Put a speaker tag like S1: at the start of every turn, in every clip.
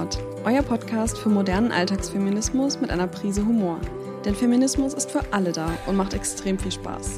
S1: Effort, euer Podcast für modernen Alltagsfeminismus mit einer Prise Humor. Denn Feminismus ist für alle da und macht extrem viel Spaß.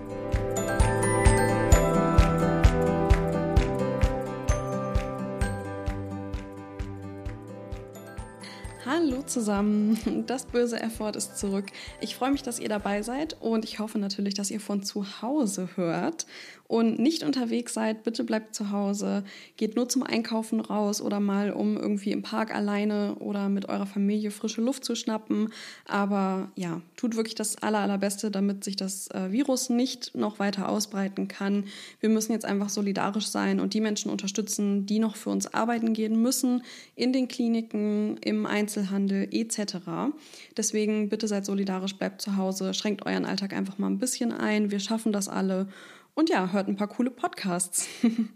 S1: Hallo zusammen, das böse Effort ist zurück. Ich freue mich, dass ihr dabei seid und ich hoffe natürlich, dass ihr von zu Hause hört und nicht unterwegs seid. Bitte bleibt zu Hause, geht nur zum Einkaufen raus oder mal, um irgendwie im Park alleine oder mit eurer Familie frische Luft zu schnappen. Aber ja, tut wirklich das Allerbeste, damit sich das Virus nicht noch weiter ausbreiten kann. Wir müssen jetzt einfach solidarisch sein und die Menschen unterstützen, die noch für uns arbeiten gehen müssen, in den Kliniken, im Einzelhandel etc. Deswegen bitte seid solidarisch, bleibt zu Hause, schränkt euren Alltag einfach mal ein bisschen ein. Wir schaffen das alle. Und ja, hört ein paar coole Podcasts.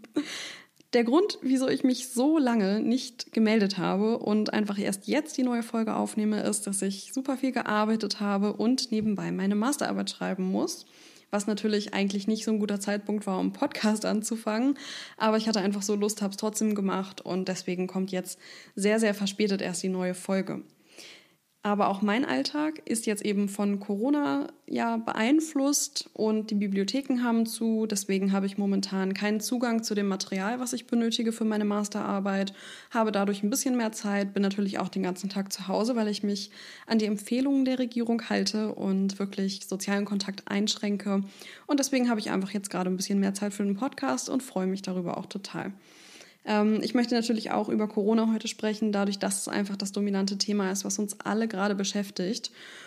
S1: Der Grund, wieso ich mich so lange nicht gemeldet habe und einfach erst jetzt die neue Folge aufnehme, ist, dass ich super viel gearbeitet habe und nebenbei meine Masterarbeit schreiben muss. Was natürlich eigentlich nicht so ein guter Zeitpunkt war, um einen Podcast anzufangen. Aber ich hatte einfach so Lust, habe es trotzdem gemacht und deswegen kommt jetzt sehr, sehr verspätet erst die neue Folge. Aber auch mein Alltag ist jetzt eben von Corona beeinflusst und die Bibliotheken haben zu. Deswegen habe ich momentan keinen Zugang zu dem Material, was ich benötige für meine Masterarbeit, habe dadurch ein bisschen mehr Zeit, bin natürlich auch den ganzen Tag zu Hause, weil ich mich an die Empfehlungen der Regierung halte und wirklich sozialen Kontakt einschränke. Und deswegen habe ich einfach jetzt gerade ein bisschen mehr Zeit für den Podcast und freue mich darüber auch total. Ich möchte natürlich auch über Corona heute sprechen, dadurch, dass es einfach das dominante Thema ist, was uns alle gerade beschäftigt.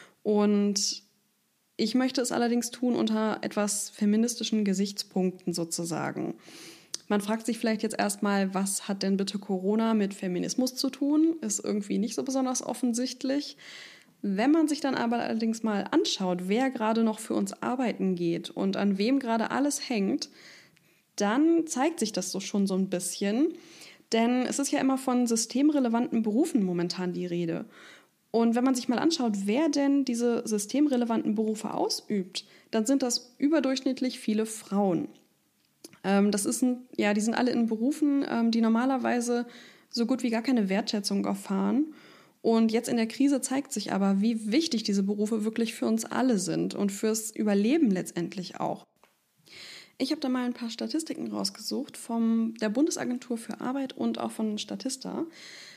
S1: Und ich möchte es allerdings tun unter etwas feministischen Gesichtspunkten sozusagen. Man fragt sich vielleicht jetzt erstmal, was hat denn bitte Corona mit Feminismus zu tun? Ist irgendwie nicht so besonders offensichtlich. Wenn man sich dann aber allerdings mal anschaut, wer gerade noch für uns arbeiten geht und an wem gerade alles hängt, dann zeigt sich das so schon so ein bisschen. Denn es ist ja immer von systemrelevanten Berufen momentan die Rede. Und wenn man sich mal anschaut, wer denn diese systemrelevanten Berufe ausübt, dann sind das überdurchschnittlich viele Frauen. Die sind alle in Berufen, die normalerweise so gut wie gar keine Wertschätzung erfahren. Und jetzt in der Krise zeigt sich aber, wie wichtig diese Berufe wirklich für uns alle sind und fürs Überleben letztendlich auch. Ich habe da mal ein paar Statistiken rausgesucht von der Bundesagentur für Arbeit und auch von Statista,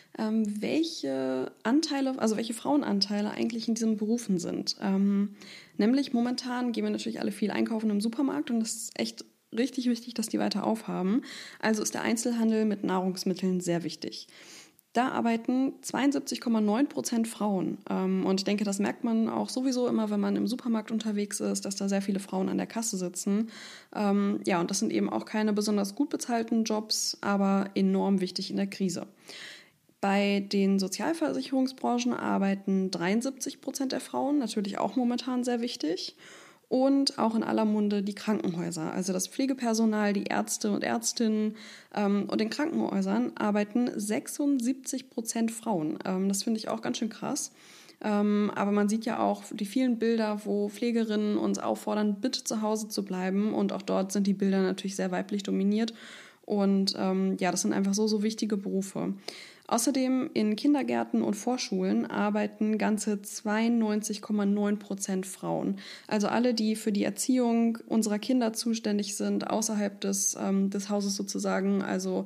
S1: welche Frauenanteile eigentlich in diesen Berufen sind. Nämlich momentan gehen wir natürlich alle viel einkaufen im Supermarkt und das ist echt richtig wichtig, dass die weiter aufhaben. Also ist der Einzelhandel mit Nahrungsmitteln sehr wichtig. Da arbeiten 72,9% Frauen. Und ich denke, das merkt man auch sowieso immer, wenn man im Supermarkt unterwegs ist, dass da sehr viele Frauen an der Kasse sitzen. Und das sind eben auch keine besonders gut bezahlten Jobs, aber enorm wichtig in der Krise. Bei den Sozialversicherungsbranchen arbeiten 73% der Frauen, natürlich auch momentan sehr wichtig. Und auch in aller Munde die Krankenhäuser, also das Pflegepersonal, die Ärzte und Ärztinnen. Und in Krankenhäusern arbeiten 76% Frauen. Das finde ich auch ganz schön krass. Aber man sieht ja auch die vielen Bilder, wo Pflegerinnen uns auffordern, bitte zu Hause zu bleiben. Und auch dort sind die Bilder natürlich sehr weiblich dominiert. Und das sind einfach so wichtige Berufe. Außerdem in Kindergärten und Vorschulen arbeiten ganze 92,9% Frauen. Also alle, die für die Erziehung unserer Kinder zuständig sind, außerhalb des Hauses sozusagen. Also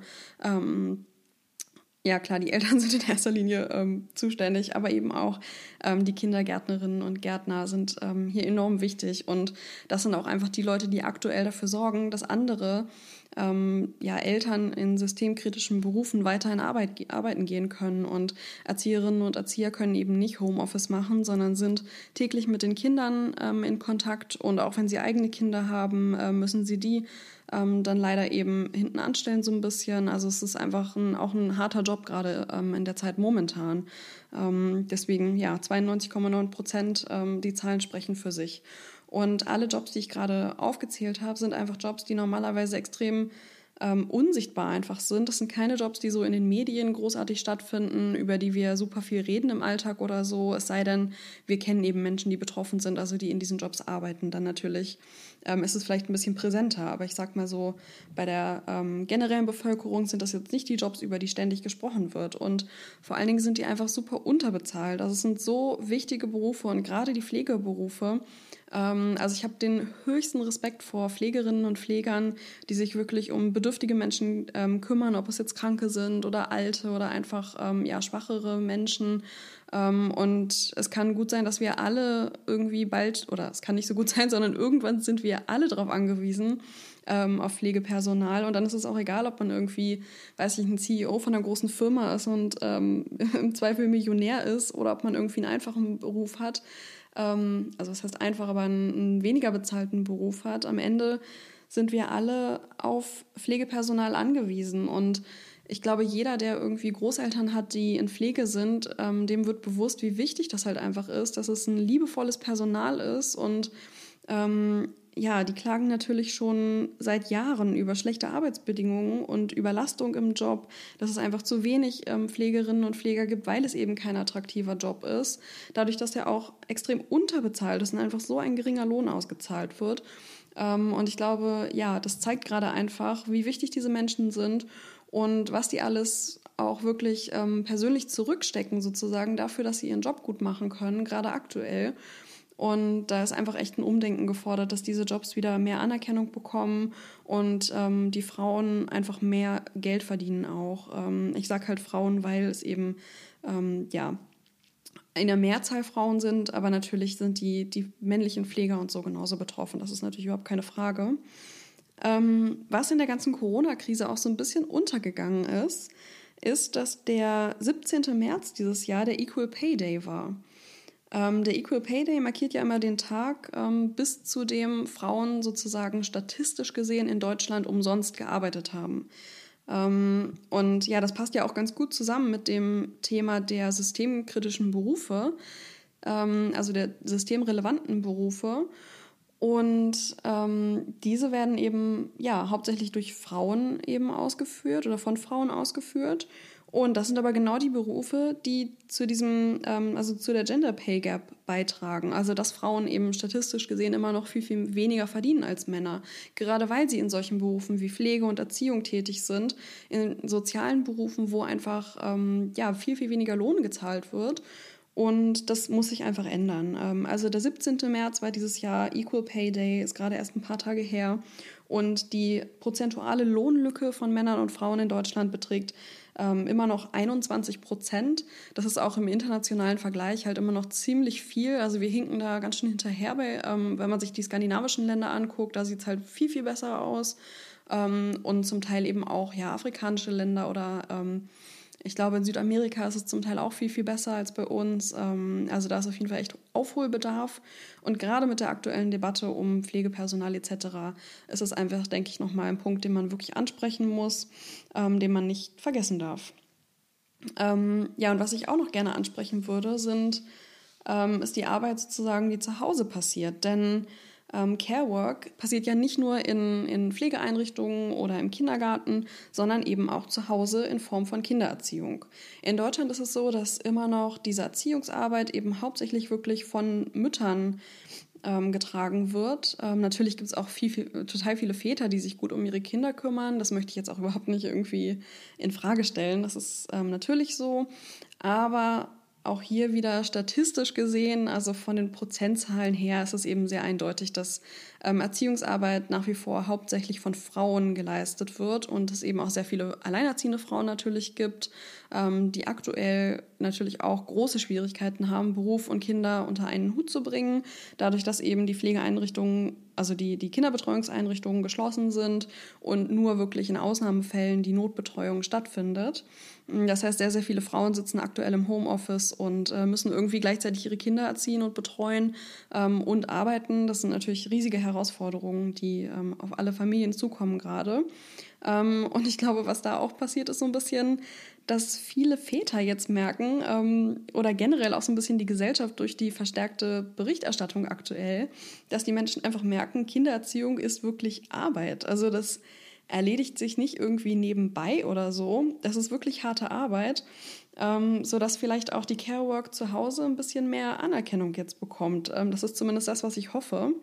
S1: die Eltern sind in erster Linie zuständig, aber eben auch die Kindergärtnerinnen und Gärtner sind hier enorm wichtig. Und das sind auch einfach die Leute, die aktuell dafür sorgen, dass andere Eltern in systemkritischen Berufen weiterhin arbeiten gehen können. Und Erzieherinnen und Erzieher können eben nicht Homeoffice machen, sondern sind täglich mit den Kindern in Kontakt. Und auch wenn sie eigene Kinder haben, müssen sie die dann leider eben hinten anstellen so ein bisschen. Also es ist einfach auch ein harter Job gerade in der Zeit momentan. Deswegen 92,9%, die Zahlen sprechen für sich. Und alle Jobs, die ich gerade aufgezählt habe, sind einfach Jobs, die normalerweise extrem unsichtbar einfach sind. Das sind keine Jobs, die so in den Medien großartig stattfinden, über die wir super viel reden im Alltag oder so. Es sei denn, wir kennen eben Menschen, die betroffen sind, also die in diesen Jobs arbeiten. Dann natürlich ist es vielleicht ein bisschen präsenter. Aber ich sag mal so, bei der generellen Bevölkerung sind das jetzt nicht die Jobs, über die ständig gesprochen wird. Und vor allen Dingen sind die einfach super unterbezahlt. Also es sind so wichtige Berufe und gerade die Pflegeberufe. Also ich habe den höchsten Respekt vor Pflegerinnen und Pflegern, die sich wirklich um bedürftige Menschen kümmern, ob es jetzt Kranke sind oder Alte oder einfach schwachere Menschen. Und es kann gut sein, dass wir alle irgendwie bald, oder es kann nicht so gut sein, sondern irgendwann sind wir alle darauf angewiesen, auf Pflegepersonal. Und dann ist es auch egal, ob man irgendwie, weiß ich, ein CEO von einer großen Firma ist und im Zweifel Millionär ist oder ob man irgendwie einen einfachen Beruf hat. Also was heißt einfach, aber einen weniger bezahlten Beruf hat. Am Ende sind wir alle auf Pflegepersonal angewiesen. Und ich glaube, jeder, der irgendwie Großeltern hat, die in Pflege sind, dem wird bewusst, wie wichtig das halt einfach ist, dass es ein liebevolles Personal ist. Und die klagen natürlich schon seit Jahren über schlechte Arbeitsbedingungen und Überlastung im Job, dass es einfach zu wenig Pflegerinnen und Pfleger gibt, weil es eben kein attraktiver Job ist. Dadurch, dass er auch extrem unterbezahlt ist und einfach so ein geringer Lohn ausgezahlt wird. Und ich glaube, das zeigt gerade einfach, wie wichtig diese Menschen sind und was die alles auch wirklich persönlich zurückstecken sozusagen dafür, dass sie ihren Job gut machen können, gerade aktuell. Und da ist einfach echt ein Umdenken gefordert, dass diese Jobs wieder mehr Anerkennung bekommen und die Frauen einfach mehr Geld verdienen auch. Ich sage halt Frauen, weil es eben in der Mehrzahl Frauen sind, aber natürlich sind die männlichen Pfleger und so genauso betroffen. Das ist natürlich überhaupt keine Frage. Was in der ganzen Corona-Krise auch so ein bisschen untergegangen ist, dass der 17. März dieses Jahr der Equal Pay Day war. Der Equal Pay Day markiert ja immer den Tag, bis zu dem Frauen sozusagen statistisch gesehen in Deutschland umsonst gearbeitet haben. Und das passt ja auch ganz gut zusammen mit dem Thema der systemkritischen Berufe, also der systemrelevanten Berufe. Und diese werden eben hauptsächlich durch Frauen eben ausgeführt oder von Frauen ausgeführt. Und das sind aber genau die Berufe, die zu diesem, zu der Gender Pay Gap beitragen. Also dass Frauen eben statistisch gesehen immer noch viel, viel weniger verdienen als Männer. Gerade weil sie in solchen Berufen wie Pflege und Erziehung tätig sind, in sozialen Berufen, wo einfach viel, viel weniger Lohn gezahlt wird. Und das muss sich einfach ändern. Also der 17. März war dieses Jahr Equal Pay Day, ist gerade erst ein paar Tage her. Und die prozentuale Lohnlücke von Männern und Frauen in Deutschland beträgt immer noch 21%. Das ist auch im internationalen Vergleich halt immer noch ziemlich viel. Also wir hinken da ganz schön hinterher, wenn man sich die skandinavischen Länder anguckt, da sieht es halt viel, viel besser aus. Und zum Teil eben auch afrikanische Länder oder ich glaube, in Südamerika ist es zum Teil auch viel, viel besser als bei uns. Also da ist auf jeden Fall echt Aufholbedarf. Und gerade mit der aktuellen Debatte um Pflegepersonal etc. ist es einfach, denke ich, nochmal ein Punkt, den man wirklich ansprechen muss, den man nicht vergessen darf. Und was ich auch noch gerne ansprechen würde, ist die Arbeit sozusagen, die zu Hause passiert. Denn Care Work passiert ja nicht nur in Pflegeeinrichtungen oder im Kindergarten, sondern eben auch zu Hause in Form von Kindererziehung. In Deutschland ist es so, dass immer noch diese Erziehungsarbeit eben hauptsächlich wirklich von Müttern getragen wird. Natürlich gibt es auch total viele Väter, die sich gut um ihre Kinder kümmern. Das möchte ich jetzt auch überhaupt nicht irgendwie in Frage stellen. Das ist natürlich so. Aber auch hier wieder statistisch gesehen, also von den Prozentzahlen her, ist es eben sehr eindeutig, dass Erziehungsarbeit nach wie vor hauptsächlich von Frauen geleistet wird und es eben auch sehr viele alleinerziehende Frauen natürlich gibt, die aktuell natürlich auch große Schwierigkeiten haben, Beruf und Kinder unter einen Hut zu bringen, dadurch, dass eben die Pflegeeinrichtungen, also die Kinderbetreuungseinrichtungen geschlossen sind und nur wirklich in Ausnahmefällen die Notbetreuung stattfindet. Das heißt, sehr, sehr viele Frauen sitzen aktuell im Homeoffice und müssen irgendwie gleichzeitig ihre Kinder erziehen und betreuen und arbeiten. Das sind natürlich riesige Herausforderungen, die auf alle Familien zukommen gerade. Und ich glaube, was da auch passiert, ist so ein bisschen, dass viele Väter jetzt merken oder generell auch so ein bisschen die Gesellschaft durch die verstärkte Berichterstattung aktuell, dass die Menschen einfach merken, Kindererziehung ist wirklich Arbeit. Also das erledigt sich nicht irgendwie nebenbei oder so. Das ist wirklich harte Arbeit, sodass vielleicht auch die Care-Work zu Hause ein bisschen mehr Anerkennung jetzt bekommt. Das ist zumindest das, was ich hoffe.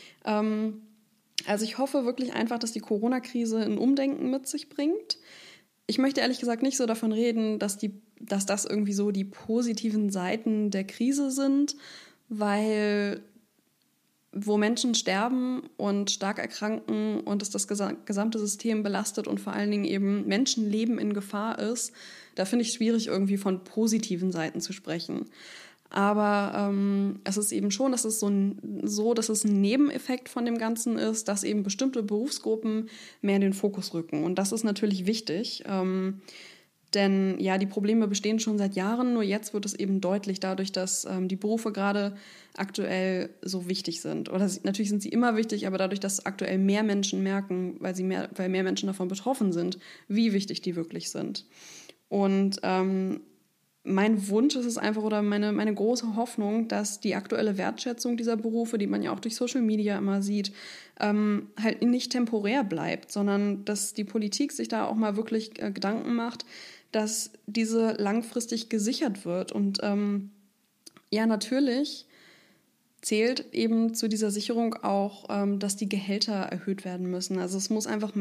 S1: Also ich hoffe wirklich einfach, dass die Corona-Krise ein Umdenken mit sich bringt. Ich möchte ehrlich gesagt nicht so davon reden, dass das irgendwie so die positiven Seiten der Krise sind, weil wo Menschen sterben und stark erkranken und es das gesamte System belastet und vor allen Dingen eben Menschenleben in Gefahr ist, da finde ich es schwierig, irgendwie von positiven Seiten zu sprechen. Aber es ist eben schon, dass es dass es ein Nebeneffekt von dem Ganzen ist, dass eben bestimmte Berufsgruppen mehr in den Fokus rücken. Und das ist natürlich wichtig. Denn ja, die Probleme bestehen schon seit Jahren, nur jetzt wird es eben deutlich dadurch, dass die Berufe gerade aktuell so wichtig sind. Oder natürlich sind sie immer wichtig, aber dadurch, dass aktuell mehr Menschen merken, weil mehr Menschen davon betroffen sind, wie wichtig die wirklich sind. Und mein Wunsch ist es einfach oder meine große Hoffnung, dass die aktuelle Wertschätzung dieser Berufe, die man ja auch durch Social Media immer sieht, halt nicht temporär bleibt, sondern dass die Politik sich da auch mal wirklich Gedanken macht, dass diese langfristig gesichert wird. Und ja, natürlich zählt eben zu dieser Sicherung auch, dass die Gehälter erhöht werden müssen. Also es muss einfach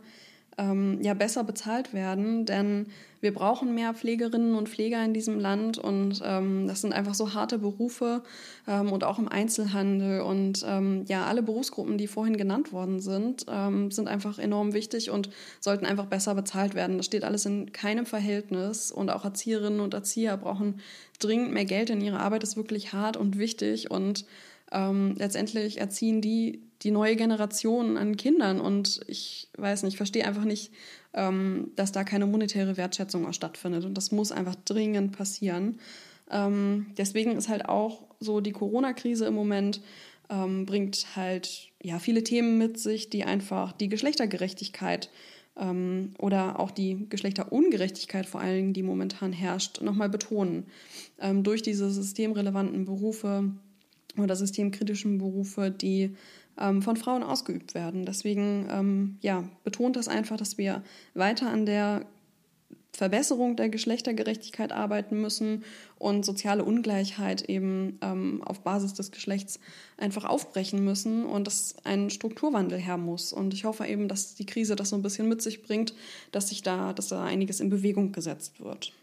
S1: besser bezahlt werden, denn wir brauchen mehr Pflegerinnen und Pfleger in diesem Land und das sind einfach so harte Berufe und auch im Einzelhandel und alle Berufsgruppen, die vorhin genannt worden sind, sind einfach enorm wichtig und sollten einfach besser bezahlt werden. Das steht alles in keinem Verhältnis und auch Erzieherinnen und Erzieher brauchen dringend mehr Geld, denn ihre Arbeit ist wirklich hart und wichtig und letztendlich erziehen die neue Generation an Kindern und ich weiß nicht, ich verstehe einfach nicht, dass da keine monetäre Wertschätzung auch stattfindet und das muss einfach dringend passieren. Deswegen ist halt auch so die Corona-Krise im Moment bringt halt viele Themen mit sich, die einfach die Geschlechtergerechtigkeit oder auch die Geschlechterungerechtigkeit vor allen Dingen, die momentan herrscht, nochmal betonen. Durch diese systemrelevanten Berufe oder systemkritischen Berufe, die von Frauen ausgeübt werden. Deswegen betont das einfach, dass wir weiter an der Verbesserung der Geschlechtergerechtigkeit arbeiten müssen und soziale Ungleichheit eben auf Basis des Geschlechts einfach aufbrechen müssen und dass ein Strukturwandel her muss. Und ich hoffe eben, dass die Krise das so ein bisschen mit sich bringt, dass da einiges in Bewegung gesetzt wird.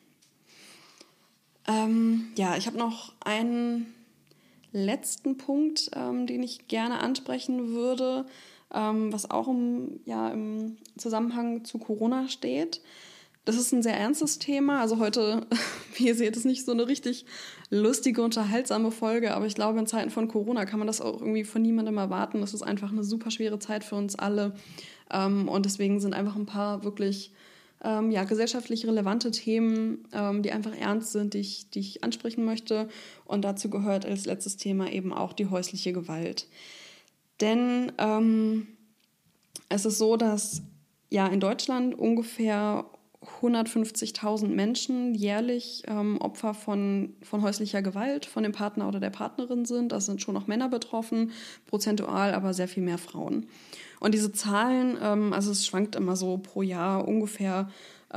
S1: Ich habe noch einen letzten Punkt, den ich gerne ansprechen würde, was auch im Zusammenhang zu Corona steht. Das ist ein sehr ernstes Thema. Also heute, wie ihr seht, ist nicht so eine richtig lustige, unterhaltsame Folge, aber ich glaube, in Zeiten von Corona kann man das auch irgendwie von niemandem erwarten. Das ist einfach eine super schwere Zeit für uns alle. Und deswegen sind einfach ein paar wirklich gesellschaftlich relevante Themen, die einfach ernst sind, die ich ansprechen möchte. Und dazu gehört als letztes Thema eben auch die häusliche Gewalt. Denn es ist so, dass in Deutschland ungefähr 150.000 Menschen jährlich Opfer von häuslicher Gewalt von dem Partner oder der Partnerin sind. Da sind schon noch Männer betroffen, prozentual aber sehr viel mehr Frauen. Und diese Zahlen, also es schwankt immer so pro Jahr ungefähr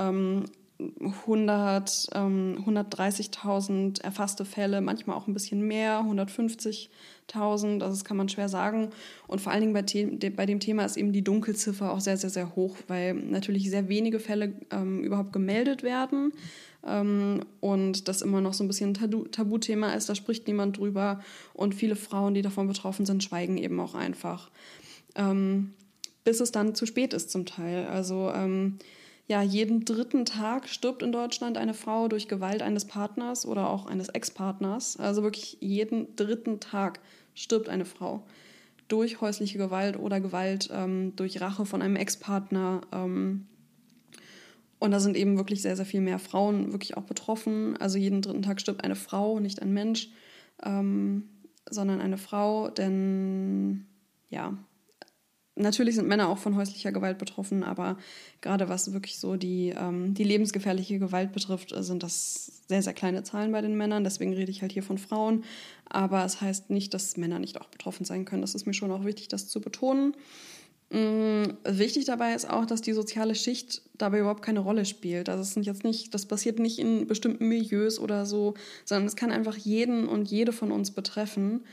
S1: 130.000 erfasste Fälle, manchmal auch ein bisschen mehr, 150.000, also das kann man schwer sagen. Und vor allen Dingen bei dem Thema ist eben die Dunkelziffer auch sehr, sehr, sehr hoch, weil natürlich sehr wenige Fälle überhaupt gemeldet werden und das immer noch so ein bisschen ein Tabuthema ist, da spricht niemand drüber und viele Frauen, die davon betroffen sind, schweigen eben auch einfach. Bis es dann zu spät ist zum Teil. Also jeden dritten Tag stirbt in Deutschland eine Frau durch Gewalt eines Partners oder auch eines Ex-Partners. Also wirklich jeden dritten Tag stirbt eine Frau durch häusliche Gewalt oder Gewalt durch Rache von einem Ex-Partner. Und da sind eben wirklich sehr, sehr viel mehr Frauen wirklich auch betroffen. Also jeden dritten Tag stirbt eine Frau, nicht ein Mensch, sondern eine Frau, denn natürlich sind Männer auch von häuslicher Gewalt betroffen, aber gerade was wirklich so die lebensgefährliche Gewalt betrifft, sind das sehr, sehr kleine Zahlen bei den Männern. Deswegen rede ich halt hier von Frauen. Aber es heißt nicht, dass Männer nicht auch betroffen sein können. Das ist mir schon auch wichtig, das zu betonen. Wichtig dabei ist auch, dass die soziale Schicht dabei überhaupt keine Rolle spielt. Also das passiert nicht in bestimmten Milieus oder so, sondern es kann einfach jeden und jede von uns betreffen.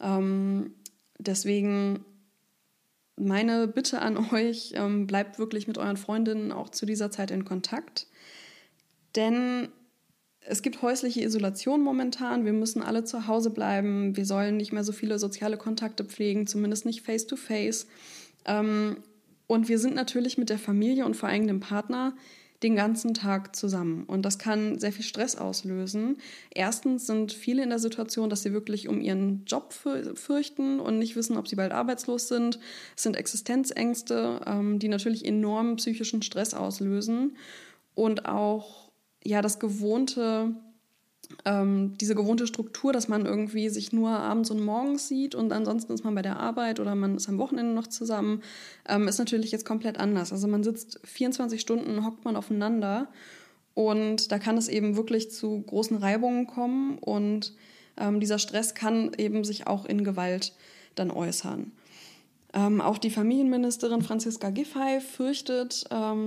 S1: Deswegen meine Bitte an euch, bleibt wirklich mit euren Freundinnen auch zu dieser Zeit in Kontakt. Denn es gibt häusliche Isolation momentan. Wir müssen alle zu Hause bleiben. Wir sollen nicht mehr so viele soziale Kontakte pflegen, zumindest nicht face-to-face. Und wir sind natürlich mit der Familie und vor allem dem Partner den ganzen Tag zusammen. Und das kann sehr viel Stress auslösen. Erstens sind viele in der Situation, dass sie wirklich um ihren Job fürchten und nicht wissen, ob sie bald arbeitslos sind. Es sind Existenzängste, die natürlich enormen psychischen Stress auslösen. Und auch ja, diese gewohnte Struktur, dass man irgendwie sich nur abends und morgens sieht und ansonsten ist man bei der Arbeit oder man ist am Wochenende noch zusammen, ist natürlich jetzt komplett anders. Also man sitzt 24 Stunden, hockt man aufeinander und da kann es eben wirklich zu großen Reibungen kommen und dieser Stress kann eben sich auch in Gewalt dann äußern. Auch die Familienministerin Franziska Giffey fürchtet,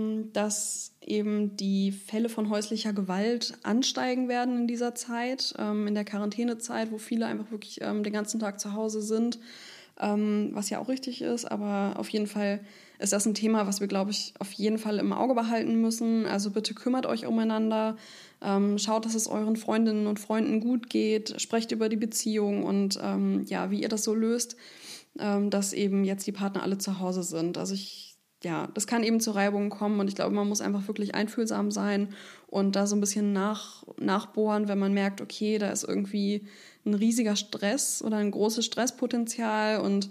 S1: dass eben die Fälle von häuslicher Gewalt ansteigen werden in dieser Zeit, in der Quarantänezeit, wo viele einfach wirklich den ganzen Tag zu Hause sind, was ja auch richtig ist. Aber auf jeden Fall ist das ein Thema, was wir, glaube ich, auf jeden Fall im Auge behalten müssen. Also bitte kümmert euch umeinander, schaut, dass es euren Freundinnen und Freunden gut geht, sprecht über die Beziehung und wie ihr das so löst, dass eben jetzt die Partner alle zu Hause sind. Also das kann eben zu Reibungen kommen und ich glaube, man muss einfach wirklich einfühlsam sein und da so ein bisschen nachbohren, wenn man merkt, okay, da ist irgendwie ein riesiger Stress oder ein großes Stresspotenzial und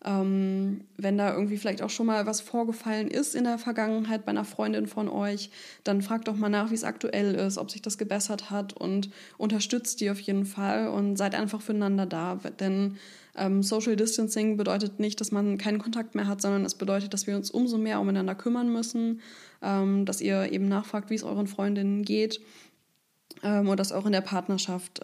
S1: wenn da irgendwie vielleicht auch schon mal was vorgefallen ist in der Vergangenheit bei einer Freundin von euch, dann fragt doch mal nach, wie es aktuell ist, ob sich das gebessert hat und unterstützt die auf jeden Fall und seid einfach füreinander da, denn Social Distancing bedeutet nicht, dass man keinen Kontakt mehr hat, sondern es bedeutet, dass wir uns umso mehr umeinander kümmern müssen, dass ihr eben nachfragt, wie es euren Freundinnen geht und dass auch in der Partnerschaft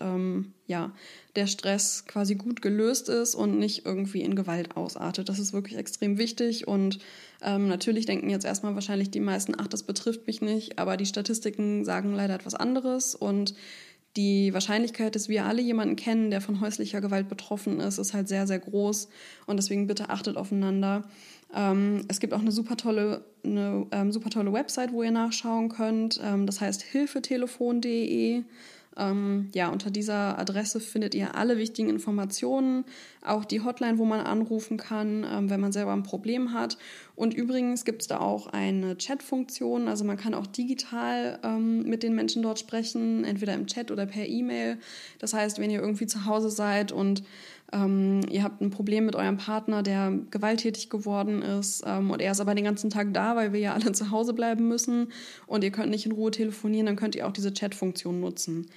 S1: der Stress quasi gut gelöst ist und nicht irgendwie in Gewalt ausartet. Das ist wirklich extrem wichtig und natürlich denken jetzt erstmal wahrscheinlich die meisten, ach, das betrifft mich nicht, aber die Statistiken sagen leider etwas anderes und die Wahrscheinlichkeit, dass wir alle jemanden kennen, der von häuslicher Gewalt betroffen ist, ist halt sehr, sehr groß. Und deswegen bitte achtet aufeinander. Es gibt auch eine super tolle Website, wo ihr nachschauen könnt. Das heißt hilfetelefon.de. Unter dieser Adresse findet ihr alle wichtigen Informationen, auch die Hotline, wo man anrufen kann, wenn man selber ein Problem hat. Und übrigens gibt es da auch eine Chat-Funktion, also man kann auch digital mit den Menschen dort sprechen, entweder im Chat oder per E-Mail. Das heißt, wenn ihr irgendwie zu Hause seid und ihr habt ein Problem mit eurem Partner, der gewalttätig geworden ist und er ist aber den ganzen Tag da, weil wir ja alle zu Hause bleiben müssen und ihr könnt nicht in Ruhe telefonieren, dann könnt ihr auch diese Chat-Funktion nutzen.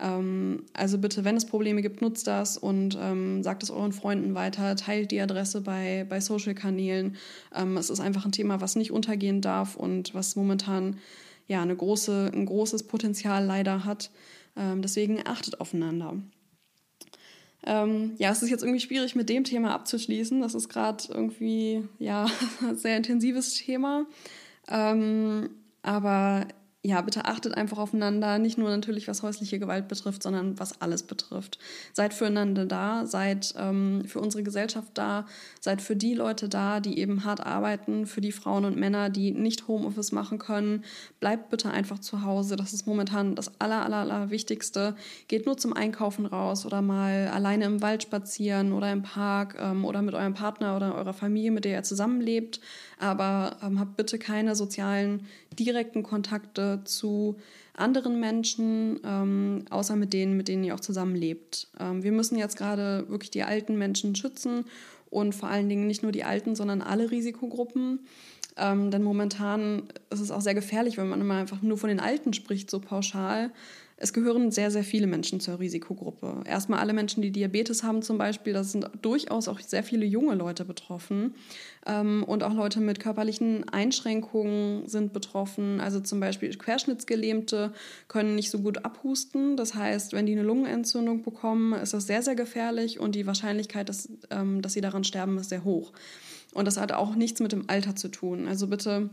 S1: Also bitte, wenn es Probleme gibt, nutzt das und sagt es euren Freunden weiter, teilt die Adresse bei Social-Kanälen. Es ist einfach ein Thema, was nicht untergehen darf und was momentan ein großes Potenzial leider hat. Deswegen achtet aufeinander. Es ist jetzt irgendwie schwierig, mit dem Thema abzuschließen. Das ist gerade irgendwie, ein sehr intensives Thema. Aber bitte achtet einfach aufeinander, nicht nur natürlich, was häusliche Gewalt betrifft, sondern was alles betrifft. Seid füreinander da, seid für unsere Gesellschaft da, seid für die Leute da, die eben hart arbeiten, für die Frauen und Männer, die nicht Homeoffice machen können. Bleibt bitte einfach zu Hause, das ist momentan das Allerwichtigste. Geht nur zum Einkaufen raus oder mal alleine im Wald spazieren oder im Park oder mit eurem Partner oder eurer Familie, mit der ihr zusammenlebt. Aber habt bitte keine sozialen, direkten Kontakte zu anderen Menschen, außer mit denen ihr auch zusammenlebt. Wir müssen jetzt gerade wirklich die alten Menschen schützen und vor allen Dingen nicht nur die Alten, sondern alle Risikogruppen. Denn momentan ist es auch sehr gefährlich, wenn man immer einfach nur von den Alten spricht, so pauschal. Es gehören sehr, sehr viele Menschen zur Risikogruppe. Erstmal alle Menschen, die Diabetes haben zum Beispiel, da sind durchaus auch sehr viele junge Leute betroffen. Und auch Leute mit körperlichen Einschränkungen sind betroffen. Also zum Beispiel Querschnittsgelähmte können nicht so gut abhusten. Das heißt, wenn die eine Lungenentzündung bekommen, ist das sehr, sehr gefährlich und die Wahrscheinlichkeit, dass sie daran sterben, ist sehr hoch. Und das hat auch nichts mit dem Alter zu tun. Also bitte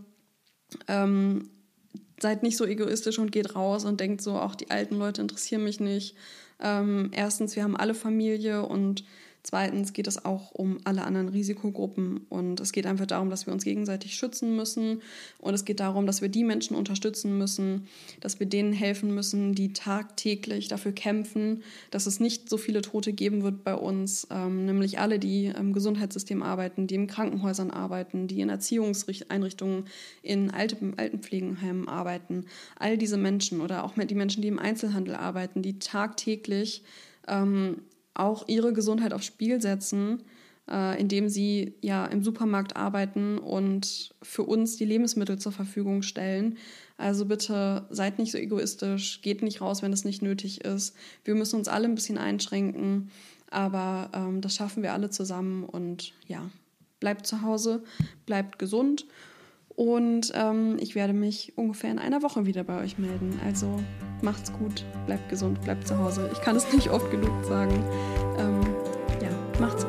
S1: seid nicht so egoistisch und geht raus und denkt so, auch die alten Leute interessieren mich nicht. Erstens, wir haben alle Familie und zweitens geht es auch um alle anderen Risikogruppen und es geht einfach darum, dass wir uns gegenseitig schützen müssen und es geht darum, dass wir die Menschen unterstützen müssen, dass wir denen helfen müssen, die tagtäglich dafür kämpfen, dass es nicht so viele Tote geben wird bei uns, nämlich alle, die im Gesundheitssystem arbeiten, die in Krankenhäusern arbeiten, die in Erziehungseinrichtungen, in Altenpflegenheimen arbeiten. All diese Menschen oder auch die Menschen, die im Einzelhandel arbeiten, die tagtäglich auch ihre Gesundheit aufs Spiel setzen, indem sie ja im Supermarkt arbeiten und für uns die Lebensmittel zur Verfügung stellen. Also bitte seid nicht so egoistisch, geht nicht raus, wenn es nicht nötig ist. Wir müssen uns alle ein bisschen einschränken, aber das schaffen wir alle zusammen und ja, bleibt zu Hause, bleibt gesund. Und ich werde mich ungefähr in einer Woche wieder bei euch melden. Also macht's gut, bleibt gesund, bleibt zu Hause. Ich kann es nicht oft genug sagen. Ja, macht's gut.